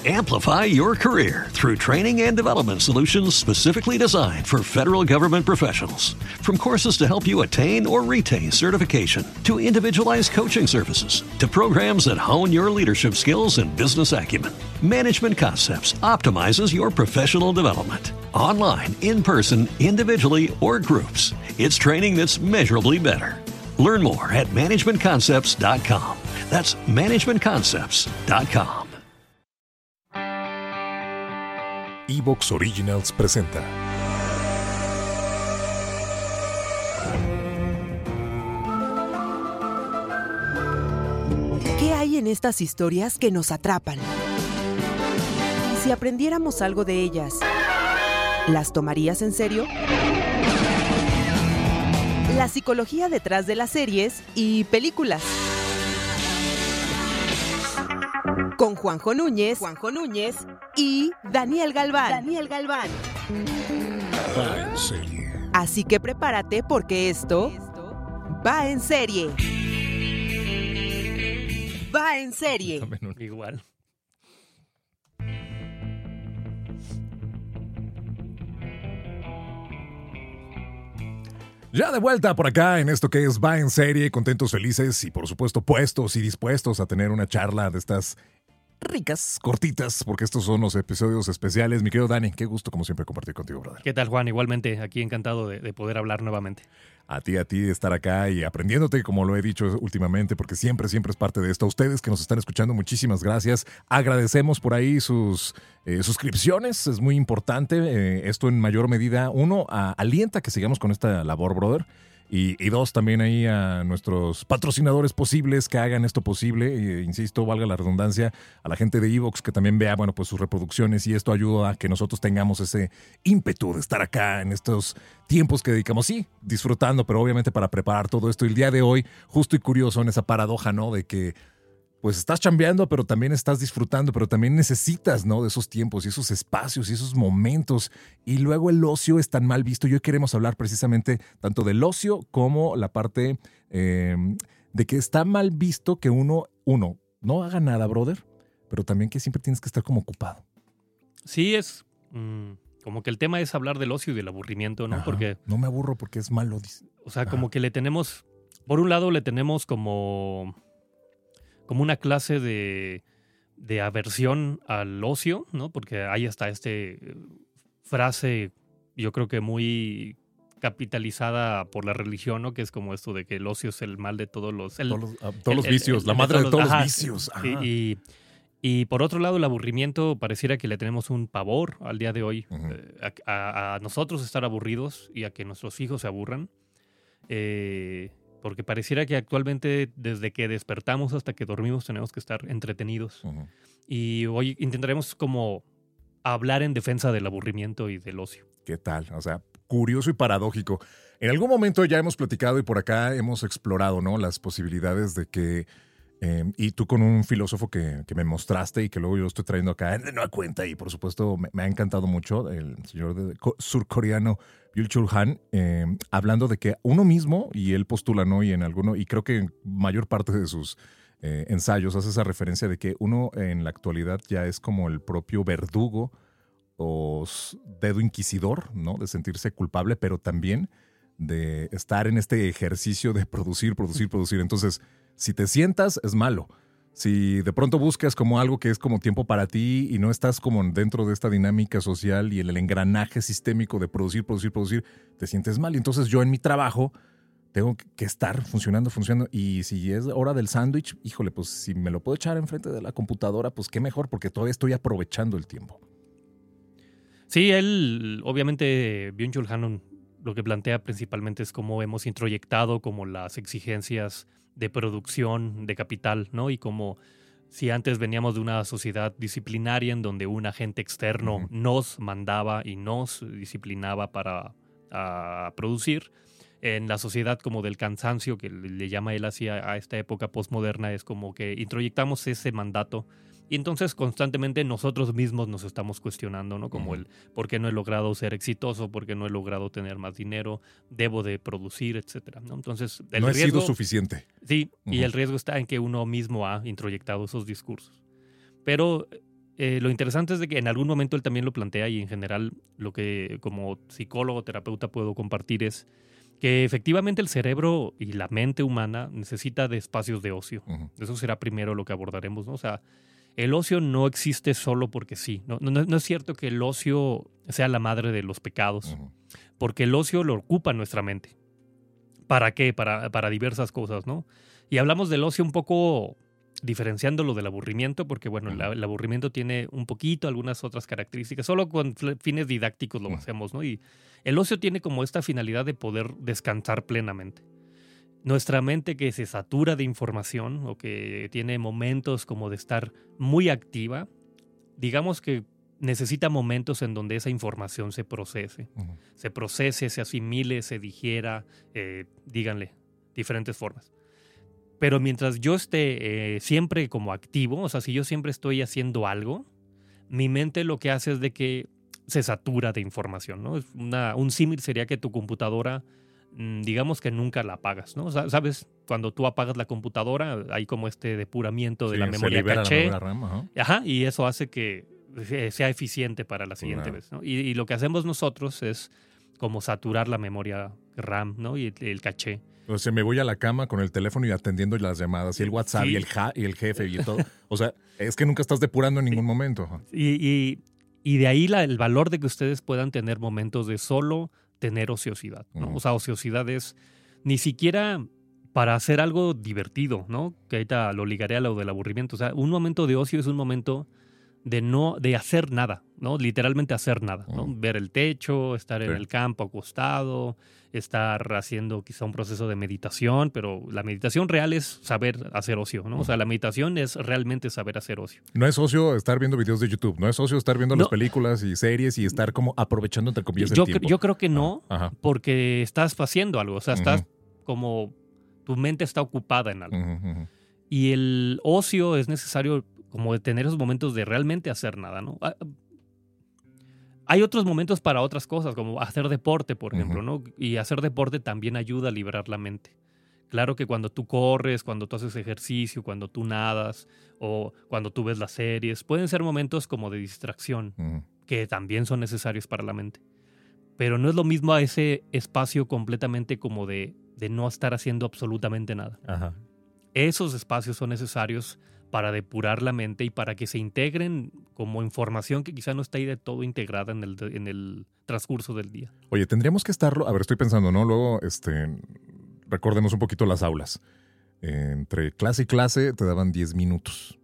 Amplify your career through training and development solutions specifically designed for federal government professionals. From courses to help you attain or retain certification, to individualized coaching services, to programs that hone your leadership skills and business acumen, Management Concepts optimizes your professional development. Online, in person, individually, or groups, it's training that's measurably better. Learn more at managementconcepts.com. That's managementconcepts.com. Evox Originals presenta. ¿Qué hay en estas historias que nos atrapan? ¿Y si aprendiéramos algo de ellas, las tomarías en serio? La psicología detrás de las series y películas. Con Juanjo Núñez y Daniel Galván. Va en serie. Así que prepárate porque esto va en serie. Va en serie. Igual. Ya de vuelta por acá en esto que es Va en Serie, contentos, felices y por supuesto puestos y dispuestos a tener una charla de estas ricas, cortitas, porque estos son los episodios especiales. Mi querido Dani, qué gusto como siempre compartir contigo, brother. ¿Qué tal, Juan? Igualmente, aquí encantado de poder hablar nuevamente. A ti de estar acá y aprendiéndote, como lo he dicho últimamente, porque siempre es parte de esto. A ustedes que nos están escuchando, muchísimas gracias. Agradecemos por ahí sus suscripciones, es muy importante. Esto en mayor medida, uno, alienta que sigamos con esta labor, brother. Y dos, también ahí a nuestros patrocinadores posibles que hagan esto posible. Insisto, valga la redundancia, a la gente de Evox que también vea, bueno, pues sus reproducciones, y esto ayuda a que nosotros tengamos ese ímpetu de estar acá en estos tiempos que dedicamos, sí, disfrutando, pero obviamente para preparar todo esto. Y el día de hoy, justo y curioso en esa paradoja, ¿no? De que pues estás chambeando, pero también estás disfrutando, pero también necesitas, ¿no? De esos tiempos y esos espacios y esos momentos. Y luego el ocio es tan mal visto. Y hoy queremos hablar precisamente tanto del ocio como la parte de que está mal visto que uno no haga nada, brother, pero también que siempre tienes que estar como ocupado. Sí, es como que el tema es hablar del ocio y del aburrimiento, ¿no? Ajá. Porque No me aburro porque es malo. o sea, como que le tenemos, por un lado le tenemos como una clase de aversión al ocio, ¿no? Porque ahí está frase, yo creo que muy capitalizada por la religión, ¿no? Que es como esto de que el ocio es el mal de todos los vicios, la madre de todos los vicios. Ajá. Y por otro lado, el aburrimiento pareciera que le tenemos un pavor al día de hoy, Uh-huh. a nosotros estar aburridos y a que nuestros hijos se aburran. Porque pareciera que actualmente desde que despertamos hasta que dormimos tenemos que estar entretenidos. Uh-huh. Y hoy intentaremos como hablar en defensa del aburrimiento y del ocio. ¿Qué tal? O sea, curioso y paradójico. En algún momento ya hemos platicado y por acá hemos explorado, ¿no? Las posibilidades de que, y tú con un filósofo que me mostraste y que luego yo lo estoy trayendo acá de nueva cuenta, y por supuesto me ha encantado mucho, el señor surcoreano Byul-Chul Han, hablando de que uno mismo, y él postula, ¿no? Y creo que en mayor parte de sus ensayos hace esa referencia de que uno en la actualidad ya es como el propio verdugo o dedo inquisidor, ¿no? De sentirse culpable, pero también de estar en este ejercicio de producir. Entonces, si te sientas, es malo. Si de pronto buscas como algo que es como tiempo para ti y no estás como dentro de esta dinámica social y el engranaje sistémico de producir, te sientes mal. Y entonces yo en mi trabajo tengo que estar funcionando. Y si es hora del sándwich, híjole, pues si me lo puedo echar enfrente de la computadora, pues qué mejor, porque todavía estoy aprovechando el tiempo. Sí, él, obviamente, Byung-Chul Han lo que plantea principalmente es cómo hemos introyectado como las exigencias de producción de capital, ¿no? Y como si antes veníamos de una sociedad disciplinaria en donde un agente externo Uh-huh. nos mandaba y nos disciplinaba para producir, en la sociedad como del cansancio, que le llama él así a esta época postmoderna, es como que introyectamos ese mandato. Y entonces constantemente nosotros mismos nos estamos cuestionando, ¿no? Como el por qué no he logrado ser exitoso, por qué no he logrado tener más dinero, debo de producir, etcétera, ¿no? Entonces, el no he riesgo, sido suficiente. Sí, y el riesgo está en que uno mismo ha introyectado esos discursos. Pero lo interesante es de que en algún momento él también lo plantea y en general lo que como psicólogo, terapeuta puedo compartir es que efectivamente el cerebro y la mente humana necesita de espacios de ocio. Uh-huh. Eso será primero lo que abordaremos, ¿no? O sea, el ocio no existe solo porque sí. No es cierto que el ocio sea la madre de los pecados, Uh-huh. porque el ocio lo ocupa nuestra mente. ¿Para qué? Para diversas cosas, ¿no? Y hablamos del ocio un poco diferenciándolo del aburrimiento, porque bueno, Uh-huh. el aburrimiento tiene un poquito algunas otras características, solo con fines didácticos lo Uh-huh. hacemos, ¿no? Y el ocio tiene como esta finalidad de poder descansar plenamente. Nuestra mente que se satura de información o que tiene momentos como de estar muy activa, digamos que necesita momentos en donde esa información se procese. Uh-huh. Se procese, se asimile, se digiera, díganle, diferentes formas. Pero mientras yo esté siempre como activo, o sea, si yo siempre estoy haciendo algo, mi mente lo que hace es de que se satura de información, ¿no? Un símil sería que tu computadora, digamos que nunca la apagas, ¿no? O sea, ¿sabes? Cuando tú apagas la computadora, hay como este depuramiento de la memoria caché. La RAM, ajá. Ajá, y eso hace que sea eficiente para la siguiente Claro. vez, ¿no? Y lo que hacemos nosotros es como saturar la memoria RAM, ¿no? Y el caché. O sea, me voy a la cama con el teléfono y atendiendo las llamadas y el WhatsApp Sí. y el jefe y todo. O sea, es que nunca estás depurando en ningún momento. Ajá. Y de ahí el valor de que ustedes puedan tener momentos de solo tener ociosidad, ¿no? Ujú. O sea, ociosidad es ni siquiera para hacer algo divertido, ¿no? Que ahorita lo ligaré a lo del aburrimiento. O sea, un momento de ocio es un momento de hacer nada, ¿no? Literalmente hacer nada, ¿no? Ujú. Ver el techo, estar en Sí. el campo acostado, estar haciendo quizá un proceso de meditación, pero la meditación real es saber hacer ocio, ¿no? O sea, la meditación es realmente saber hacer ocio. No es ocio estar viendo videos de YouTube, no es ocio estar viendo No. las películas y series y estar como aprovechando entre comillas el tiempo. Yo creo que no, Ajá. porque estás haciendo algo, o sea, estás Ujú. como tu mente está ocupada en algo. Ujú, ujú. Y el ocio es necesario como de tener esos momentos de realmente hacer nada, ¿no? Hay otros momentos para otras cosas, como hacer deporte, por ejemplo, Ujú. ¿no? Y hacer deporte también ayuda a liberar la mente. Claro que cuando tú corres, cuando tú haces ejercicio, cuando tú nadas o cuando tú ves las series, pueden ser momentos como de distracción, Ujú. que también son necesarios para la mente. Pero no es lo mismo a ese espacio completamente como de no estar haciendo absolutamente nada. Ajá. Esos espacios son necesarios para depurar la mente y para que se integren como información que quizá no está ahí de todo integrada en el transcurso del día. Oye, tendríamos que estarlo. A ver, estoy pensando, ¿no? Luego, recordemos un poquito las aulas. Entre clase y clase te daban 10 minutos.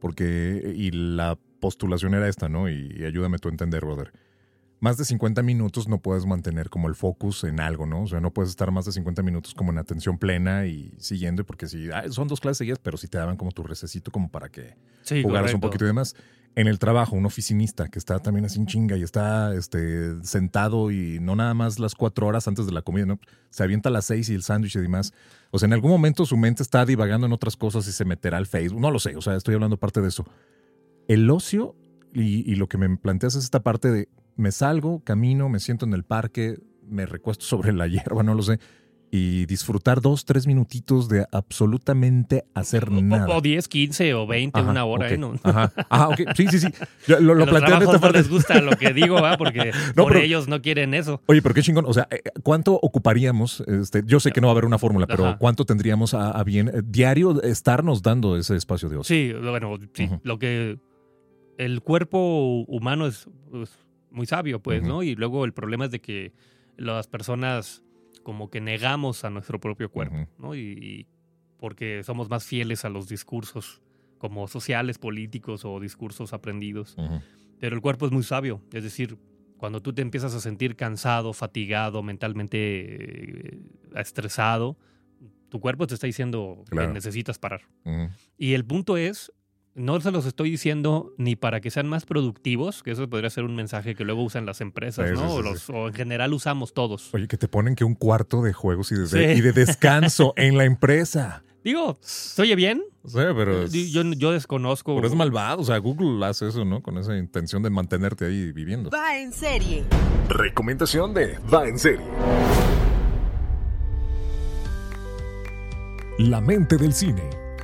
Y la postulación era esta, ¿no? Y ayúdame tú a entender, brother. Más de 50 minutos no puedes mantener como el focus en algo, ¿no? O sea, no puedes estar más de 50 minutos como en atención plena y siguiendo, porque si son 2 clases seguidas, pero si te daban como tu recesito como para que Sí, jugaras un poquito y demás. En el trabajo, un oficinista que está también así en chinga y está sentado y no nada más las 4 horas antes de la comida, ¿no? Se avienta a las 6 y el sándwich y demás. O sea, en algún momento su mente está divagando en otras cosas y se meterá al Facebook. No lo sé, o sea, estoy hablando parte de eso. El ocio y lo que me planteas es esta parte de me salgo, camino, me siento en el parque, me recuesto sobre la hierba, no lo sé, y disfrutar 2, 3 minutitos de absolutamente hacer nada. O 10, 15 o 20, Ajá, una hora, ok. ¿no? Ajá, ok. Sí. Yo lo Los planteé de trabajos esta no parte. les gusta lo que digo, ¿va? Porque No, por pero- ellos no quieren eso. Oye, pero qué chingón. O sea, ¿cuánto ocuparíamos? Yo sé que no va a haber una fórmula, pero Ajá. ¿cuánto tendríamos a bien diario estarnos dando ese espacio de ocio? Sí, bueno, sí. Ujú. Lo que el cuerpo humano es muy sabio, pues, Ujú. ¿no? Y luego el problema es de que las personas como que negamos a nuestro propio cuerpo, Ujú. ¿no? Y porque somos más fieles a los discursos como sociales, políticos o discursos aprendidos. Ujú. Pero el cuerpo es muy sabio, es decir, cuando tú te empiezas a sentir cansado, fatigado, mentalmente estresado, tu cuerpo te está diciendo Claro. que necesitas parar. Ujú. Y el punto es, no se los estoy diciendo ni para que sean más productivos, que eso podría ser un mensaje que luego usan las empresas, Sí, ¿no? sí, O, sí. o en general usamos todos. Oye, que te ponen que un cuarto de juegos y Sí. y de descanso en la empresa. Digo, ¿se oye bien? O sea, pero Yo desconozco. pero es malvado. O sea, Google hace eso, ¿no? Con esa intención de mantenerte ahí viviendo. Va en serie. Recomendación de Va en serie. La mente del cine.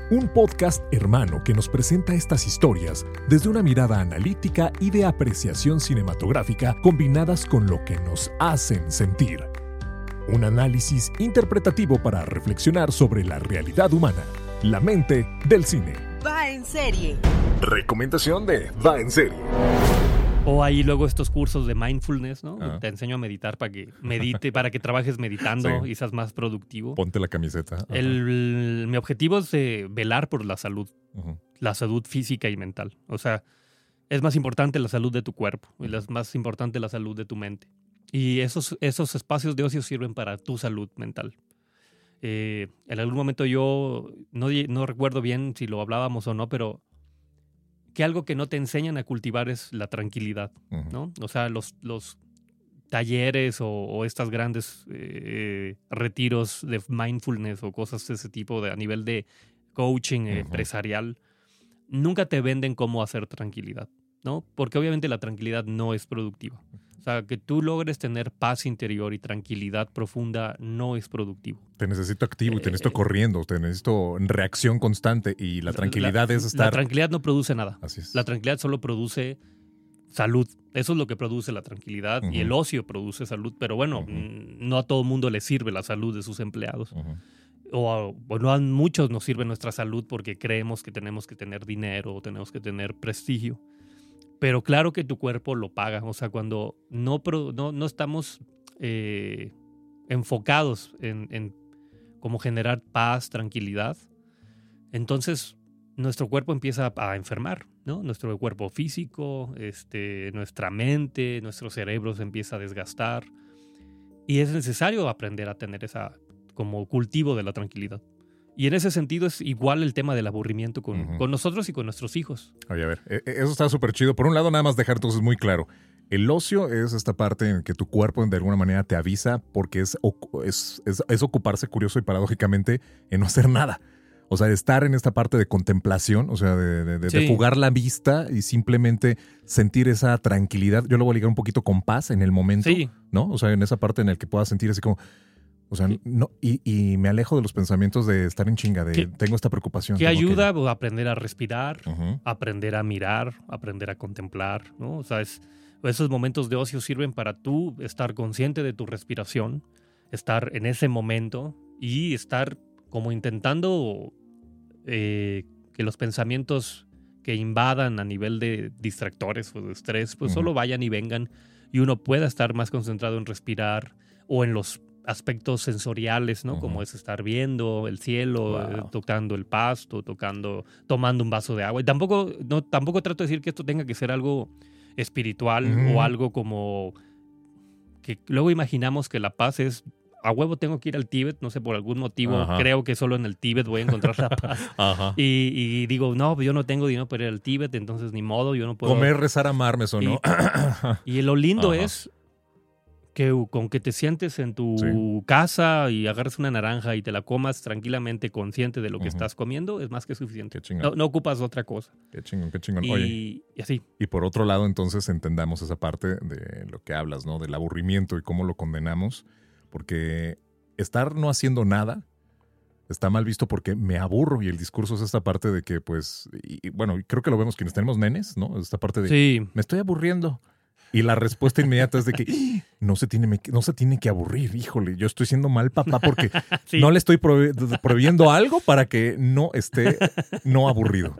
un podcast hermano que nos presenta estas historias desde una mirada analítica y de apreciación cinematográfica combinadas con lo que nos hacen sentir. Un análisis interpretativo para reflexionar sobre la realidad humana, la mente del cine. Va en serie. Recomendación de Va en serie. O hay luego estos cursos de mindfulness, ¿no? Ajá. Te enseño a meditar para que trabajes meditando y seas más productivo. Ponte la camiseta. Ajá. Mi objetivo es velar por la salud. Ujú. La salud física y mental. O sea, es más importante la salud de tu cuerpo y es más importante la salud de tu mente. Y esos espacios de ocio sirven para tu salud mental. En algún momento yo no recuerdo bien si lo hablábamos o no, pero que algo que no te enseñan a cultivar es la tranquilidad, ¿no? O sea, los talleres o estas grandes retiros de mindfulness o cosas de ese tipo a nivel de coaching empresarial, nunca te venden cómo hacer tranquilidad, ¿no? Porque obviamente la tranquilidad no es productiva. O sea, que tú logres tener paz interior y tranquilidad profunda no es productivo. Te necesito activo y te necesito corriendo, te necesito en reacción constante y la tranquilidad es estar... La tranquilidad no produce nada. Así es. La tranquilidad solo produce salud. Eso es lo que produce la tranquilidad y el ocio produce salud. Pero bueno, no a todo mundo le sirve la salud de sus empleados. O no a muchos nos sirve nuestra salud porque creemos que tenemos que tener dinero o tenemos que tener prestigio. Pero claro que tu cuerpo lo paga. O sea, cuando no estamos enfocados en cómo generar paz, tranquilidad, entonces nuestro cuerpo empieza a enfermar, ¿no? Nuestro cuerpo físico, nuestra mente, nuestro cerebro se empieza a desgastar. Y es necesario aprender a tener esa como cultivo de la tranquilidad. Y en ese sentido es igual el tema del aburrimiento con nosotros y con nuestros hijos. Oye, a ver, eso está súper chido. Por un lado, nada más dejar entonces muy claro. El ocio es esta parte en que tu cuerpo de alguna manera te avisa porque es ocuparse, curioso y paradójicamente, en no hacer nada. O sea, estar en esta parte de contemplación, o sea, de fugar la vista y simplemente sentir esa tranquilidad. Yo lo voy a ligar un poquito con paz en el momento, ¿no? O sea, en esa parte en la que puedas sentir así como... O sea, no, y me alejo de los pensamientos de estar en chinga, tengo esta preocupación. Que ayuda a aprender a respirar, aprender a mirar, aprender a contemplar, ¿no? O sea, esos momentos de ocio sirven para tú estar consciente de tu respiración, estar en ese momento y estar como intentando que los pensamientos que invadan a nivel de distractores o de estrés, pues solo vayan y vengan y uno pueda estar más concentrado en respirar o en los aspectos sensoriales, ¿no? Como es estar viendo el cielo, tocando el pasto, tomando un vaso de agua. Y tampoco trato de decir que esto tenga que ser algo espiritual o algo como que luego imaginamos que la paz es a huevo tengo que ir al Tíbet, no sé, por algún motivo creo que solo en el Tíbet voy a encontrar la paz. Y digo, no, yo no tengo dinero para ir al Tíbet, entonces ni modo, yo no puedo. Comer, rezar, amarme, eso, ¿no? Y lo lindo es que con que te sientes en tu casa y agarres una naranja y te la comas tranquilamente, consciente de lo que estás comiendo, es más que suficiente. No ocupas otra cosa. Qué chingón, qué chingón. Y así. Y por otro lado, entonces, entendamos esa parte de lo que hablas, ¿no? Del aburrimiento y cómo lo condenamos. Porque estar no haciendo nada está mal visto porque me aburro. Y el discurso es esta parte de que, pues, y bueno, creo que lo vemos quienes tenemos nenes, ¿no? Esta parte de, me estoy aburriendo. Y la respuesta inmediata es de que no se tiene que aburrir, híjole, yo estoy siendo mal papá porque no le estoy proveyendo algo para que no esté no aburrido.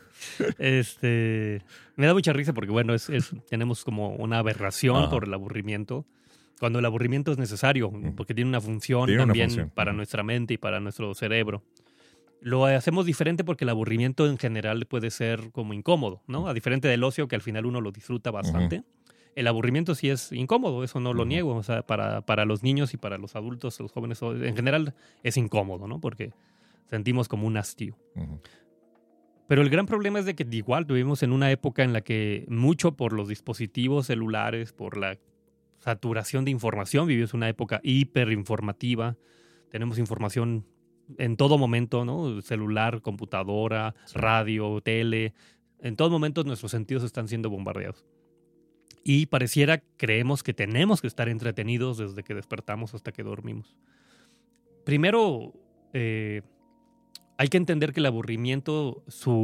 Me da mucha risa porque, bueno, tenemos como una aberración por el aburrimiento, cuando el aburrimiento es necesario, porque tiene una función para nuestra mente y para nuestro cerebro. Lo hacemos diferente porque el aburrimiento en general puede ser como incómodo, ¿no? A diferente del ocio, que al final uno lo disfruta bastante. El aburrimiento sí es incómodo, eso no lo niego. O sea, para los niños y para los adultos, los jóvenes, en general es incómodo, ¿no? Porque sentimos como un hastío. Pero el gran problema es de que igual vivimos en una época en la que mucho por los dispositivos celulares, por la saturación de información, vivimos una época hiperinformativa. Tenemos información en todo momento, ¿no? Celular, computadora, radio, tele. En todo momento nuestros sentidos están siendo bombardeados. Y creemos que tenemos que estar entretenidos desde que despertamos hasta que dormimos. Primero, hay que entender que el aburrimiento,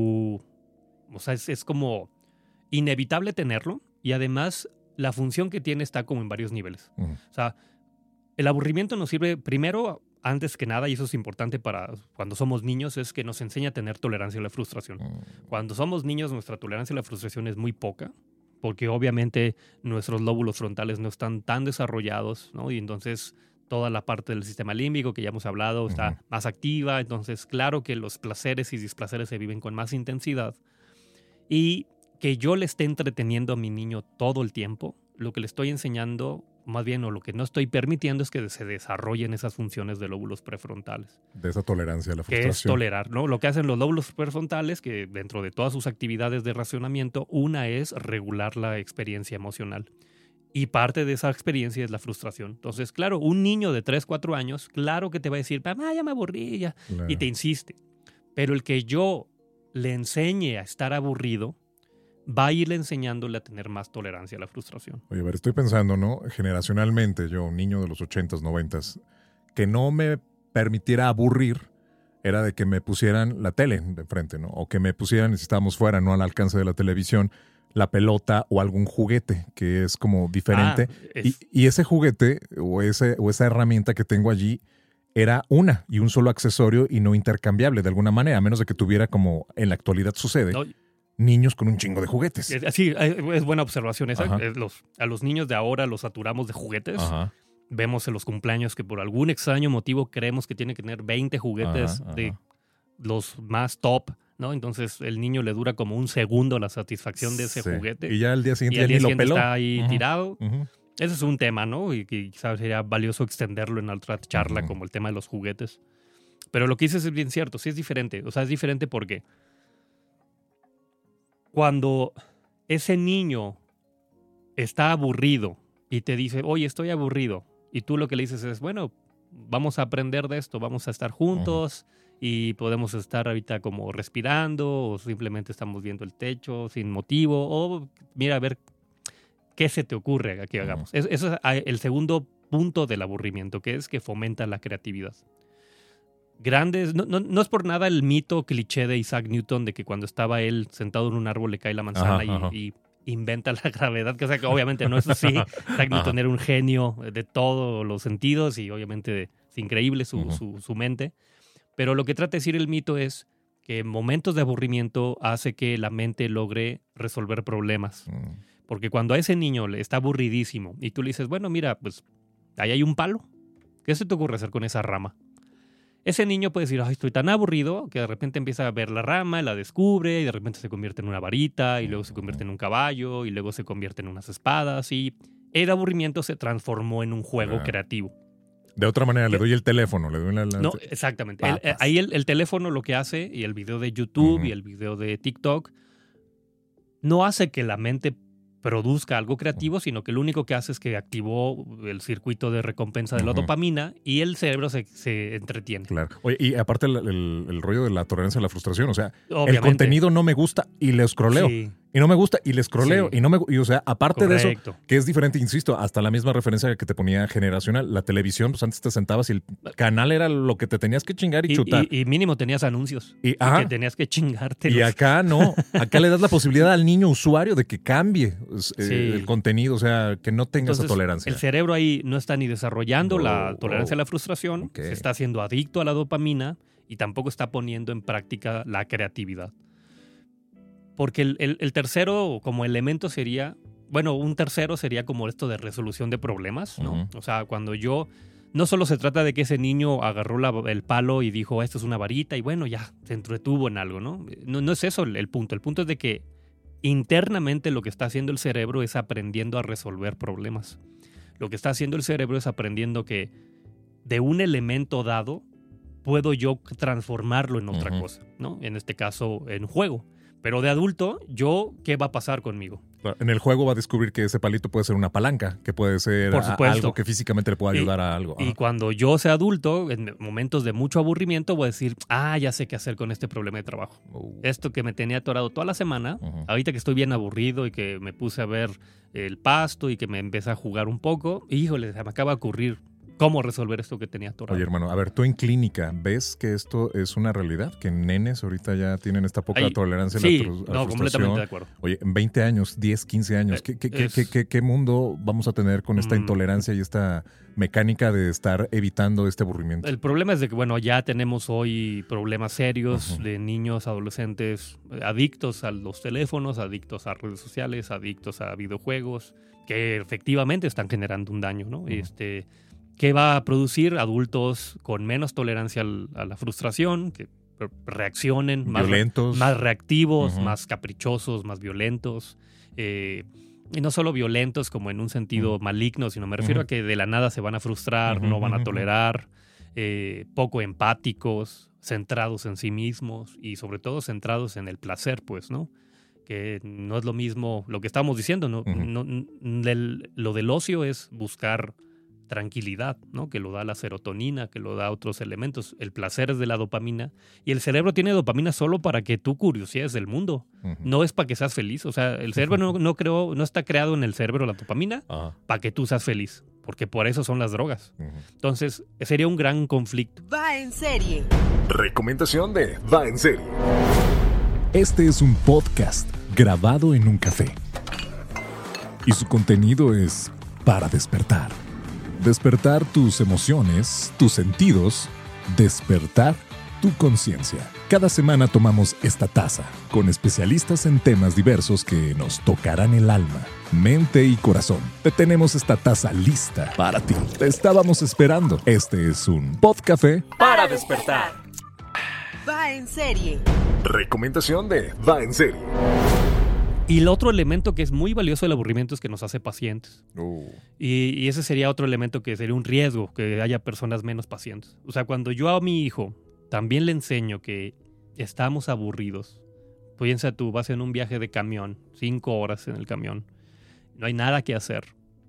o sea, es como inevitable tenerlo, y además la función que tiene está como en varios niveles. O sea, el aburrimiento nos sirve primero, antes que nada, y eso es importante para cuando somos niños, es que nos enseña a tener tolerancia a la frustración. Cuando somos niños, nuestra tolerancia a la frustración es muy poca, porque obviamente nuestros lóbulos frontales no están tan desarrollados, ¿no? Y entonces toda la parte del sistema límbico que ya hemos hablado está más activa. Entonces, claro que los placeres y displaceres se viven con más intensidad. Y que yo le esté entreteniendo a mi niño todo el tiempo, lo que le estoy enseñando, más bien, o lo que no estoy permitiendo, es que se desarrollen esas funciones de lóbulos prefrontales. De esa tolerancia a la frustración. Que es tolerar, ¿no? Lo que hacen los lóbulos prefrontales, que dentro de todas sus actividades de racionamiento, una es regular la experiencia emocional. Y parte de esa experiencia es la frustración. Entonces, claro, un niño de 3, 4 años, claro que te va a decir, mamá, ya me aburrí, ya. Claro. Y te insiste. Pero el que yo le enseñe a estar aburrido, va a ir enseñándole a tener más tolerancia a la frustración. Oye, a ver, estoy pensando, ¿no? Generacionalmente, yo, un niño de los 80s, 90s, que no me permitiera aburrir era de que me pusieran la tele de frente, ¿no? O que me pusieran, si estábamos fuera, no al alcance de la televisión, la pelota o algún juguete, que es como diferente. Y ese juguete o esa herramienta que tengo allí era una y un solo accesorio y no intercambiable de alguna manera, a menos de que tuviera, como en la actualidad sucede, niños con un chingo de juguetes. Sí, es buena observación esa. A los niños de ahora los saturamos de juguetes. Ajá. Vemos en los cumpleaños que por algún extraño motivo creemos que tiene que tener 20 juguetes de los más top, ¿no? Entonces el niño le dura como un segundo la satisfacción de ese juguete. Y ya el día siguiente ya ni lo peló. Está ahí tirado. Ese es un tema, ¿no? Y quizás sería valioso extenderlo en otra charla, como el tema de los juguetes. Pero lo que dices es bien cierto, sí es diferente. O sea, es diferente porque cuando ese niño está aburrido y te dice, oye, estoy aburrido, y tú lo que le dices es, bueno, vamos a aprender de esto, vamos a estar juntos y podemos estar ahorita como respirando, o simplemente estamos viendo el techo sin motivo, o mira, a ver qué se te ocurre que hagamos. Eso es el segundo punto del aburrimiento, que es que fomenta la creatividad. No es por nada el mito cliché de Isaac Newton de que cuando estaba él sentado en un árbol le cae la manzana y inventa la gravedad, que, o sea, que obviamente no es así. Isaac Newton era un genio de todos los sentidos y obviamente es increíble su mente. Pero lo que trata de decir el mito es que en momentos de aburrimiento hace que la mente logre resolver problemas. Porque cuando a ese niño le está aburridísimo y tú le dices, bueno, mira, pues ahí hay un palo, ¿qué se te ocurre hacer con esa rama? Ese niño puede decir, ay, estoy tan aburrido, que de repente empieza a ver la rama, la descubre, y de repente se convierte en una varita, y luego se convierte en un caballo, y luego se convierte en unas espadas, y el aburrimiento se transformó en un juego creativo. De otra manera, le doy el teléfono, le doy No, exactamente. Ahí el teléfono lo que hace, y el video de YouTube, y el video de TikTok, no hace que la mente produzca algo creativo, sino que lo único que hace es que activó el circuito de recompensa de la dopamina y el cerebro se entretiene. Claro. Oye, y aparte el rollo de la tolerancia a la frustración, o sea, obviamente, el contenido no me gusta y le scrolleo. Sí. Y no me gusta y le scrolleo. Sí. Y o sea, aparte de eso, que es diferente, insisto, hasta la misma referencia que te ponía generacional, la televisión, pues antes te sentabas y el canal era lo que te tenías que chingar y chutar. Y mínimo tenías anuncios. Y que tenías que chingarte. Y acá no. Acá le das la posibilidad al niño usuario de que cambie el contenido, o sea, que no tenga esa tolerancia. El cerebro ahí no está ni desarrollando la tolerancia a la frustración, se está haciendo adicto a la dopamina y tampoco está poniendo en práctica la creatividad. Porque el tercero como elemento sería, bueno, un tercero sería como esto de resolución de problemas, ¿no? O sea, cuando no solo se trata de que ese niño agarró el palo y dijo, esto es una varita, y bueno, ya, se entretuvo en algo, ¿no? No es eso el punto. El punto es de que internamente lo que está haciendo el cerebro es aprendiendo a resolver problemas. Lo que está haciendo el cerebro es aprendiendo que de un elemento dado puedo yo transformarlo en otra cosa, ¿no? En este caso, en juego. Pero de adulto, ¿qué va a pasar conmigo? En el juego va a descubrir que ese palito puede ser una palanca, que puede ser algo que físicamente le pueda ayudar a algo. Y cuando yo sea adulto, en momentos de mucho aburrimiento, voy a decir, ya sé qué hacer con este problema de trabajo. Esto que me tenía atorado toda la semana, ahorita que estoy bien aburrido y que me puse a ver el pasto y que me empecé a jugar un poco, híjole, se me acaba de ocurrir cómo resolver esto que tenía atorado. Oye, hermano, a ver, tú en clínica, ¿ves que esto es una realidad? Que nenes ahorita ya tienen esta poca tolerancia a la frustración. Completamente de acuerdo. Oye, en 20 años, 10, 15 años, ¿qué mundo vamos a tener con esta intolerancia y esta mecánica de estar evitando este aburrimiento? El problema es de que, bueno, ya tenemos hoy problemas serios de niños, adolescentes adictos a los teléfonos, adictos a redes sociales, adictos a videojuegos, que efectivamente están generando un daño, ¿no? ¿Qué va a producir? Adultos con menos tolerancia a la frustración, que reaccionen más reactivos, más caprichosos, más violentos. Y no solo violentos como en un sentido maligno, sino me refiero a que de la nada se van a frustrar, no van a tolerar, poco empáticos, centrados en sí mismos y sobre todo centrados en el placer, pues, ¿no? Que no es lo mismo lo que estamos diciendo, ¿no? Lo del ocio es buscar tranquilidad, ¿no? Que lo da la serotonina, que lo da otros elementos. El placer es de la dopamina y el cerebro tiene dopamina solo para que tú curiosees del mundo. No es para que seas feliz. O sea, el cerebro no está creado en el cerebro la dopamina para que tú seas feliz, porque por eso son las drogas. Entonces, sería un gran conflicto. Va en serie. Recomendación de Va en serie. Este es un podcast grabado en un café y su contenido es para despertar. Despertar tus emociones, tus sentidos, despertar tu conciencia. Cada semana tomamos esta taza con especialistas en temas diversos que nos tocarán el alma, mente y corazón. Te tenemos esta taza lista para ti. Te estábamos esperando. Este es un Podcafé para despertar. Va en serie. Recomendación de Va en serie. Y el otro elemento que es muy valioso del aburrimiento es que nos hace pacientes. Y ese sería otro elemento que sería un riesgo, que haya personas menos pacientes. O sea, cuando yo a mi hijo también le enseño que estamos aburridos. Piensa tú, vas en un viaje de camión, 5 horas en el camión. No hay nada que hacer.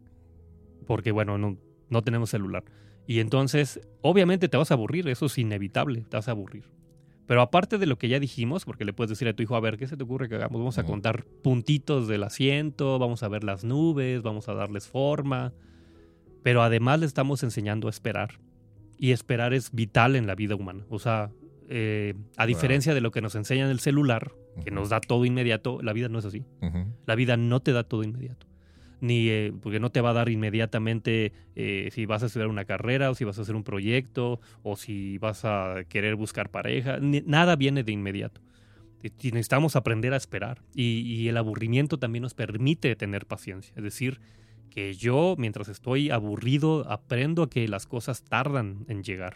Porque, bueno, no tenemos celular. Y entonces, obviamente te vas a aburrir, eso es inevitable, te vas a aburrir. Pero aparte de lo que ya dijimos, porque le puedes decir a tu hijo, a ver, ¿qué se te ocurre que hagamos? Vamos a contar puntitos del asiento, vamos a ver las nubes, vamos a darles forma. Pero además le estamos enseñando a esperar. Y esperar es vital en la vida humana. O sea, a diferencia de lo que nos enseña en el celular, que nos da todo inmediato, la vida no es así. La vida no te da todo inmediato. Ni porque no te va a dar inmediatamente si vas a estudiar una carrera o si vas a hacer un proyecto o si vas a querer buscar pareja. Nada viene de inmediato. Y necesitamos aprender a esperar. Y el aburrimiento también nos permite tener paciencia. Es decir, que yo, mientras estoy aburrido, aprendo a que las cosas tardan en llegar.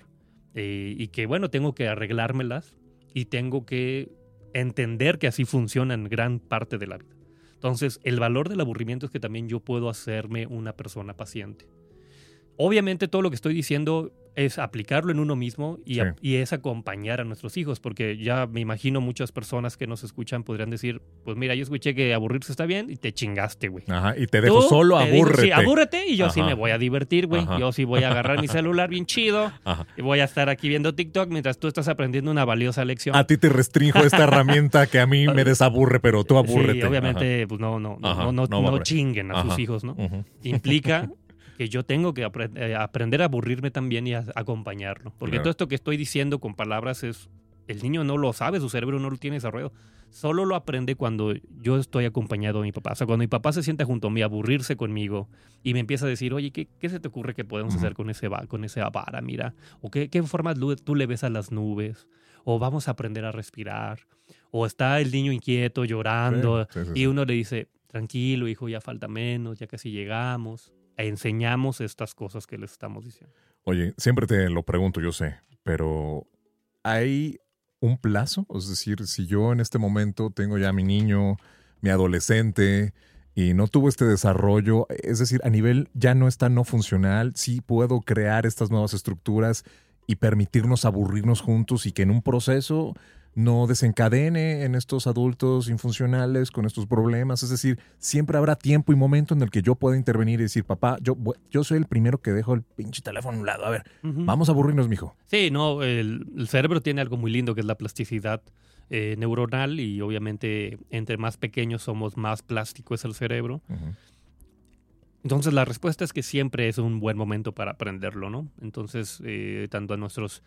Y que, bueno, tengo que arreglármelas y tengo que entender que así funcionan gran parte de la vida. Entonces, el valor del aburrimiento es que también yo puedo hacerme una persona paciente. Obviamente, todo lo que estoy diciendo es aplicarlo en uno mismo y es acompañar a nuestros hijos, porque ya me imagino muchas personas que nos escuchan podrían decir, pues mira, yo escuché que aburrirse está bien y te chingaste, güey. Ajá, y te dejo solo, abúrrete. Sí, abúrrete y yo sí me voy a divertir, güey. Yo sí voy a agarrar mi celular bien chido y voy a estar aquí viendo TikTok mientras tú estás aprendiendo una valiosa lección. A ti te restrinjo esta herramienta que a mí me desaburre, pero tú abúrrete. Sí, obviamente, pues no chinguen a sus hijos, ¿no? Implica que yo tengo que aprender a aburrirme también y a acompañarlo. Porque todo esto que estoy diciendo con palabras el niño no lo sabe, su cerebro no lo tiene desarrollado. Solo lo aprende cuando yo estoy acompañado de mi papá. O sea, cuando mi papá se sienta junto a mí a aburrirse conmigo y me empieza a decir, oye, ¿qué se te ocurre que podemos hacer con esa vara, mira? ¿O qué formas tú le ves a las nubes? O vamos a aprender a respirar. O está el niño inquieto, llorando, y uno le dice, tranquilo, hijo, ya falta menos, ya casi llegamos. Enseñamos estas cosas que les estamos diciendo. Oye, siempre te lo pregunto, yo sé, pero ¿hay un plazo? Es decir, si yo en este momento tengo ya mi niño, mi adolescente, y no tuvo este desarrollo, es decir, a nivel ya no está no funcional, sí puedo crear estas nuevas estructuras y permitirnos aburrirnos juntos y que en un proceso no desencadene en estos adultos infuncionales con estos problemas. Es decir, siempre habrá tiempo y momento en el que yo pueda intervenir y decir, papá, yo soy el primero que dejo el pinche teléfono a un lado. A ver, vamos a aburrirnos, mijo. Sí, no, el cerebro tiene algo muy lindo que es la plasticidad neuronal y obviamente entre más pequeños somos, más plástico es el cerebro. Entonces la respuesta es que siempre es un buen momento para aprenderlo, ¿no? Entonces, tanto a nuestros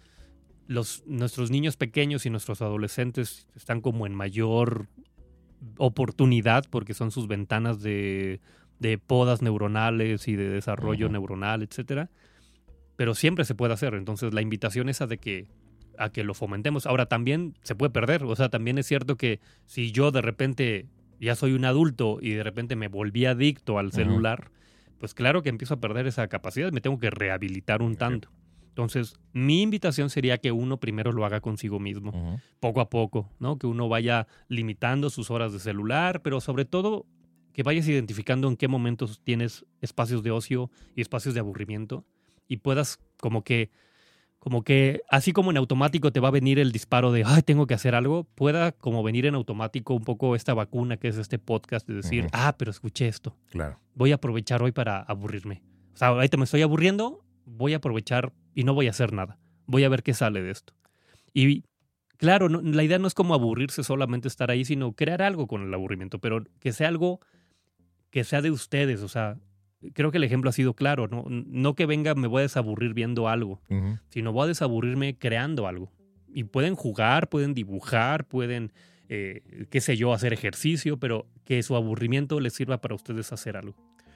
niños pequeños y nuestros adolescentes están como en mayor oportunidad porque son sus ventanas de podas neuronales y de desarrollo neuronal, etcétera. Pero siempre se puede hacer. Entonces la invitación es a que lo fomentemos. Ahora también se puede perder. O sea, también es cierto que si yo de repente ya soy un adulto y de repente me volví adicto al celular, pues claro que empiezo a perder esa capacidad. Me tengo que rehabilitar un tanto. Entonces, mi invitación sería que uno primero lo haga consigo mismo, poco a poco, ¿no? Que uno vaya limitando sus horas de celular, pero sobre todo que vayas identificando en qué momentos tienes espacios de ocio y espacios de aburrimiento y puedas como que así como en automático te va a venir el disparo de ay, tengo que hacer algo, pueda como venir en automático un poco esta vacuna que es este podcast de decir, pero escuché esto. Claro. Voy a aprovechar hoy para aburrirme. O sea, ahorita me estoy aburriendo, voy a aprovechar y no voy a hacer nada. Voy a ver qué sale de esto. Y claro, la idea no es como aburrirse solamente estar ahí, sino crear algo con el aburrimiento, pero que sea algo que sea de ustedes. O sea, creo que el ejemplo ha sido claro, ¿no? No que venga, me voy a desaburrir viendo algo, sino voy a desaburrirme creando algo. Y pueden jugar, pueden dibujar, pueden, qué sé yo, hacer ejercicio, pero que su aburrimiento les sirva para ustedes hacer algo.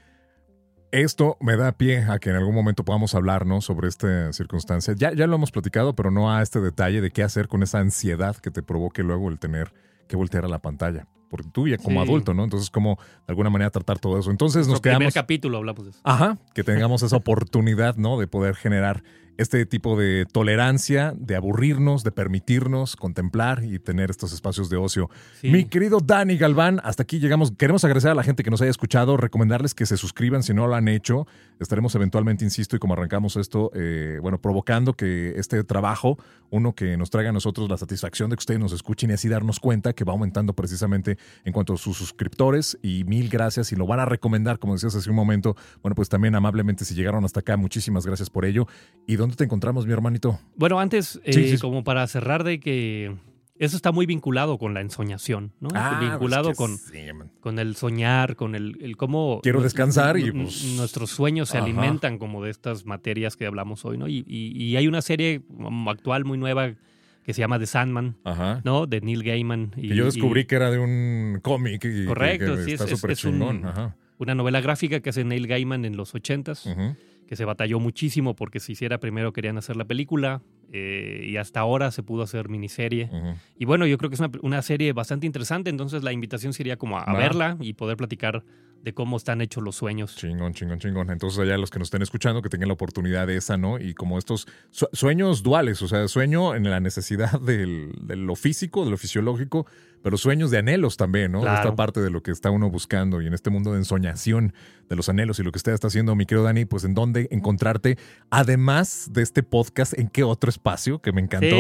Esto me da pie a que en algún momento podamos hablar, ¿no?, sobre esta circunstancia. Ya lo hemos platicado, pero no a este detalle de qué hacer con esa ansiedad que te provoque luego el tener que voltear a la pantalla. Porque tú ya como adulto, ¿no? Entonces, ¿cómo de alguna manera tratar todo eso? Entonces nos quedamos... En el primer capítulo hablamos de eso. Ajá, que tengamos esa oportunidad, ¿no?, de poder generar este tipo de tolerancia, de aburrirnos, de permitirnos contemplar y tener estos espacios de ocio. Sí. Mi querido Dani Galván, hasta aquí llegamos. Queremos agradecer a la gente que nos haya escuchado, recomendarles que se suscriban si no lo han hecho. Estaremos eventualmente, insisto, y como arrancamos esto, provocando que este trabajo, uno que nos traiga a nosotros la satisfacción de que ustedes nos escuchen y así darnos cuenta que va aumentando precisamente en cuanto a sus suscriptores. Y mil gracias, y lo van a recomendar, como decías hace un momento. Bueno, pues también amablemente, si llegaron hasta acá, muchísimas gracias por ello. ¿Y dónde te encontramos, mi hermanito? Bueno, antes, como para cerrar, de que eso está muy vinculado con la ensoñación, ¿no? Vinculado con el soñar, con el cómo... Quiero descansar y pues... Nuestros sueños se alimentan como de estas materias que hablamos hoy, ¿no? Y hay una serie actual muy nueva que se llama The Sandman, ¿no? De Neil Gaiman. Que yo descubrí que era de un cómic. Correcto, que está súper chingón. Una novela gráfica que hace Neil Gaiman en los 80s. Que se batalló muchísimo porque se hiciera primero, querían hacer la película, y hasta ahora se pudo hacer miniserie. Y bueno, yo creo que es una serie bastante interesante, entonces la invitación sería como a verla y poder platicar de cómo están hechos los sueños. Chingón. Entonces allá los que nos estén escuchando, que tengan la oportunidad de esa, ¿no? Y como estos sueños duales, o sea, sueño en la necesidad de lo físico, de lo fisiológico, pero sueños de anhelos también, ¿no? Claro. Esta parte de lo que está uno buscando y en este mundo de ensoñación de los anhelos y lo que usted está haciendo, mi querido Dani, pues en dónde encontrarte, además de este podcast, en qué otro espacio que me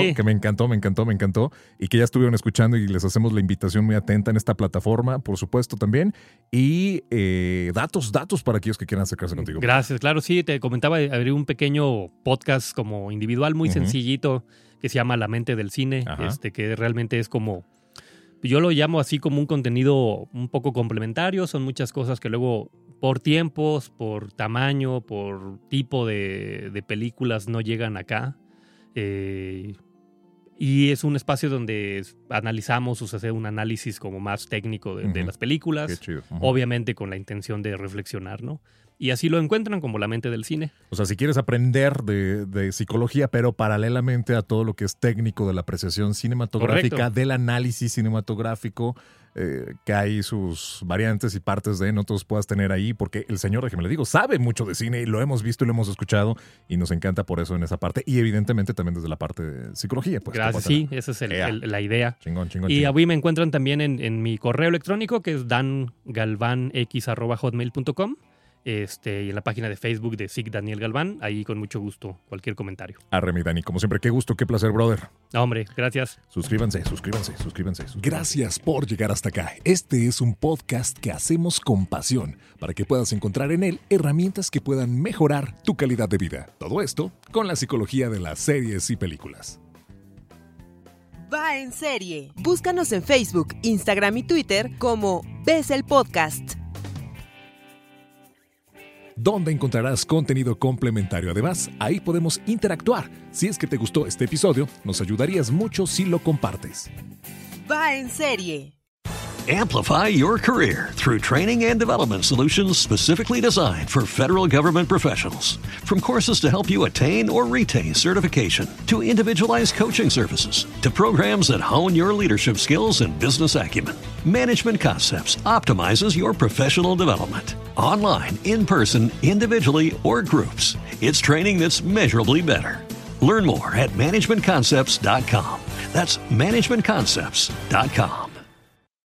encantó y que ya estuvieron escuchando y les hacemos la invitación muy atenta en esta plataforma, por supuesto también, y datos para aquellos que quieran acercarse contigo. Gracias, claro, sí, te comentaba, abrí un pequeño podcast como individual muy sencillito que se llama La Mente del Cine, que realmente es como... Yo lo llamo así como un contenido un poco complementario. Son muchas cosas que luego, por tiempos, por tamaño, por tipo de películas, no llegan acá. Y es un espacio donde analizamos, o sea, hacer un análisis como más técnico de las películas. Qué chido. Obviamente con la intención de reflexionar, ¿no? Y así lo encuentran como La Mente del Cine. O sea, si quieres aprender de psicología, pero paralelamente a todo lo que es técnico de la apreciación cinematográfica, correcto, del análisis cinematográfico, que hay sus variantes y partes de no todos puedas tener ahí, porque el señor, déjeme le digo, sabe mucho de cine y lo hemos visto y lo hemos escuchado y nos encanta por eso en esa parte y evidentemente también desde la parte de psicología. Pues, gracias, sí, esa es la idea. Chingón. Y a mí me encuentran también en mi correo electrónico, que es dangalvanx@hotmail.com. Y en la página de Facebook de SIC Daniel Galván, ahí con mucho gusto, cualquier comentario. Arre, mi Dani, como siempre, qué gusto, qué placer, brother. Hombre, gracias. Suscríbanse. Gracias por llegar hasta acá. Este es un podcast que hacemos con pasión, para que puedas encontrar en él herramientas que puedan mejorar tu calidad de vida. Todo esto con la psicología de las series y películas. Va en serie. Búscanos en Facebook, Instagram y Twitter como Ves el Podcast. donde encontrarás contenido complementario. Además, ahí podemos interactuar. Si es que te gustó este episodio, nos ayudarías mucho si lo compartes. Va en serie. Amplify your career through training and development solutions specifically designed for federal government professionals. From courses to help you attain or retain certification, to individualized coaching services, to programs that hone your leadership skills and business acumen, Management Concepts optimizes your professional development. Online, in person, individually, or groups, it's training that's measurably better. Learn more at managementconcepts.com. That's managementconcepts.com.